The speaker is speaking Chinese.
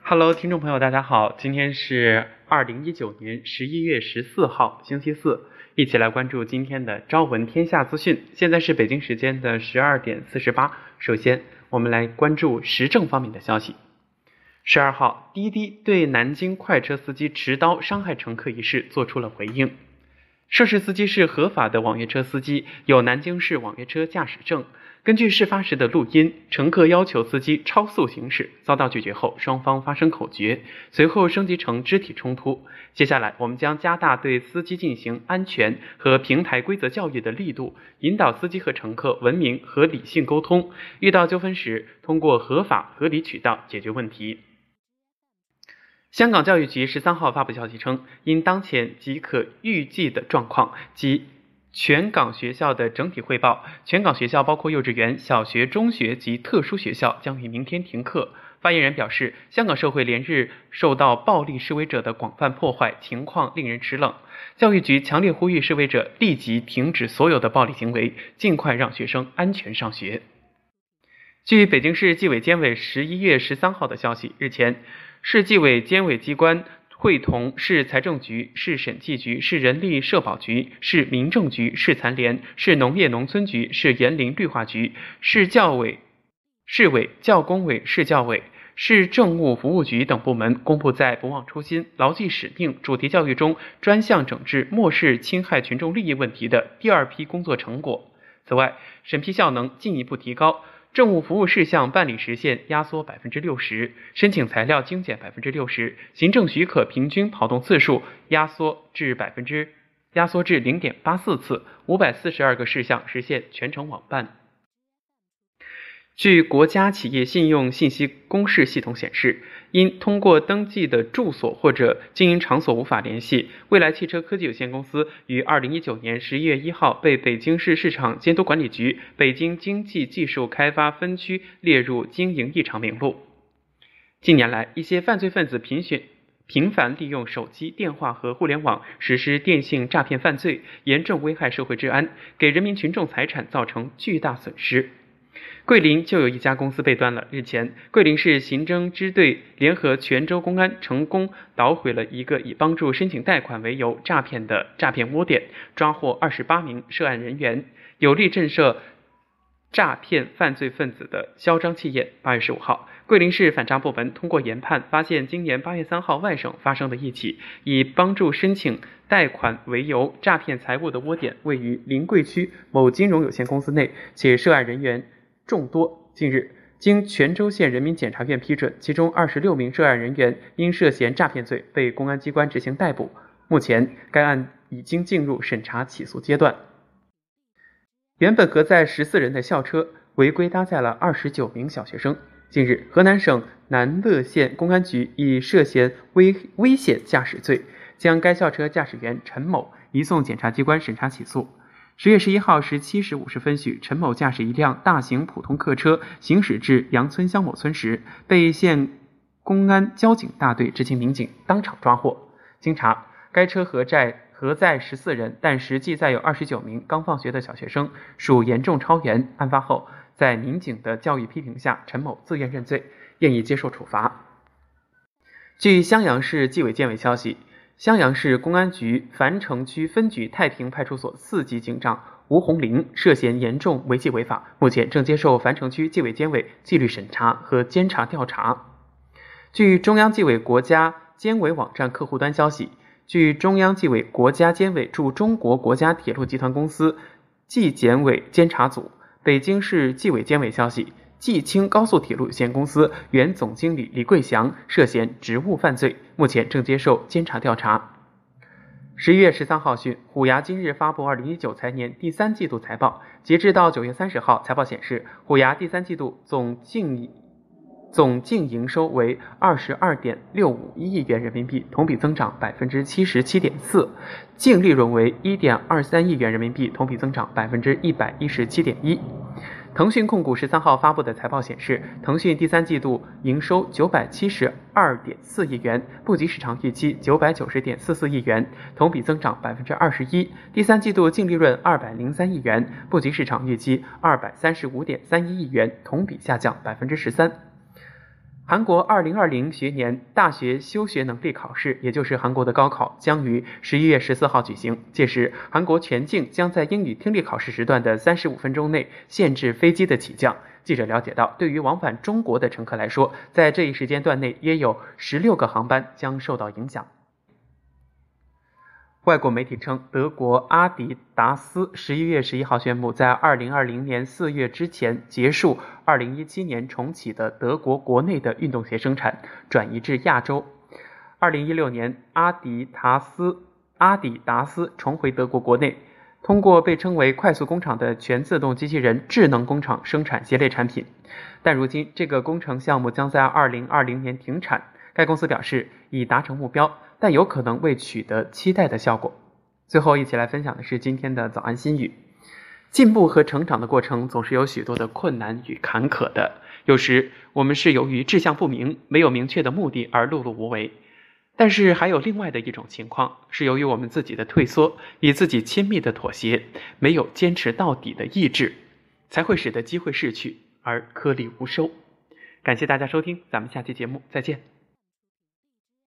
Hello，听众朋友，大家好，今天是2019年11月14号，星期四，一起来关注今天的朝闻天下资讯。现在是北京时间的12点48。首先，我们来关注时政方面的消息。12号，滴滴对南京快车司机持刀伤害乘客一事做出了回应。涉事司机是合法的网约车司机，有南京市网约车驾驶证。根据事发时的录音，乘客要求司机超速行驶，遭到拒绝后，双方发生口角，随后升级成肢体冲突。接下来，我们将加大对司机进行安全和平台规则教育的力度，引导司机和乘客文明和理性沟通，遇到纠纷时，通过合法合理渠道解决问题。香港教育局13号发布消息称，因当前即可预计的状况及全港学校的整体汇报，全港学校包括幼稚园、小学、中学及特殊学校将于明天停课。发言人表示，香港社会连日受到暴力示威者的广泛破坏，情况令人齿冷。教育局强烈呼吁示威者立即停止所有的暴力行为，尽快让学生安全上学。据北京市纪委监委11月13号的消息，日前，市纪委监委机关会同市财政局、市审计局、市人力社保局、市民政局、市残联、市农业农村局、市园林绿化局、市教委、市委、教工委、市教委、市政务服务局等部门公布在不忘初心、牢记使命主题教育中专项整治漠视侵害群众利益问题的第二批工作成果。此外，审批效能进一步提高，政务服务事项办理时限压缩 60%， 申请材料精简 60%， 行政许可平均跑动次数压缩至 0.84 次，542个事项实现全程网办。据国家企业信用信息公示系统显示，因通过登记的住所或者经营场所无法联系，蔚来汽车科技有限公司于2019年11月1号被北京市市场监督管理局北京经济技术开发分区列入经营异常名录。近年来，一些犯罪分子频繁利用手机、电话和互联网实施电信诈骗犯罪，严重危害社会治安，给人民群众财产造成巨大损失。桂林就有一家公司被端了。日前，桂林市刑侦支队联合泉州公安成功捣毁了一个以帮助申请贷款为由诈骗的诈骗窝点，抓获28名涉案人员，有力震慑诈骗犯罪分子的嚣张气焰。8月15号，桂林市反诈部门通过研判发现，今年8月3号外省发生的一起以帮助申请贷款为由诈骗财物的窝点位于临桂区某金融有限公司内，且涉案人员众多。近日，经泉州县人民检察院批准，其中26名涉案人员因涉嫌诈骗罪被公安机关执行逮捕。目前，该案已经进入审查起诉阶段。原本可载14人的校车违规搭载了29名小学生。近日，河南省南乐县公安局以涉嫌危险驾驶罪，将该校车驾驶员陈某移送检察机关审查起诉。10月11号17时50分许，陈某驾驶一辆大型普通客车行驶至杨村乡某村时，被县公安交警大队执勤民警当场抓获。经查，该车合载14人，但实际载有29名刚放学的小学生，属严重超员。案发后，在民警的教育批评下，陈某自愿认罪，愿意接受处罚。据襄阳市纪委监委消息，襄阳市公安局樊城区分局太平派出所4级警长吴红林涉嫌严重违纪违法，目前正接受樊城区纪委监委纪律审查和监察调查。据中央纪委国家监委网站客户端消息，据中央纪委国家监委驻中国国家铁路集团公司纪检委监察组、北京市纪委监委消息，冀青高速铁路有限公司原总经理李桂祥涉嫌职务犯罪，目前正接受监察调查。11月13号讯，虎牙今日发布2019财年第三季度财报，截至到9月30号，财报显示，虎牙第三季度总净营收为22.651亿元人民币，同比增长 77.4%， 净利润为 1.23亿元人民币，同比增长 117.1%。腾讯控股13号发布的财报显示，腾讯第三季度营收 972.4 亿元，不及市场预期 990.44 亿元，同比增长 21%。第三季度净利润203亿元，不及市场预期 235.31 亿元，同比下降 13%。 韩国2020学年大学修学能力考试，也就是韩国的高考，将于11月14号举行。届时，韩国全境将在英语听力考试时段的35分钟内限制飞机的起降。记者了解到，对于往返中国的乘客来说，在这一时间段内约有16个航班将受到影响。外国媒体称，德国阿迪达斯11月11号宣布，在2020年4月之前结束2017年重启的德国国内的运动鞋生产，转移至亚洲。2016年，阿迪达斯重回德国国内，通过被称为快速工厂的全自动机器人智能工厂生产鞋类产品。但如今，这个工程项目将在2020年停产。该公司表示已达成目标，但有可能未取得期待的效果。最后一起来分享的是今天的早安心语。进步和成长的过程总是有许多的困难与坎坷的，有时我们是由于志向不明，没有明确的目的而碌碌无为。但是还有另外的一种情况，是由于我们自己的退缩，与自己亲密的妥协，没有坚持到底的意志，才会使得机会逝去而颗粒无收。感谢大家收听，咱们下期节目再见。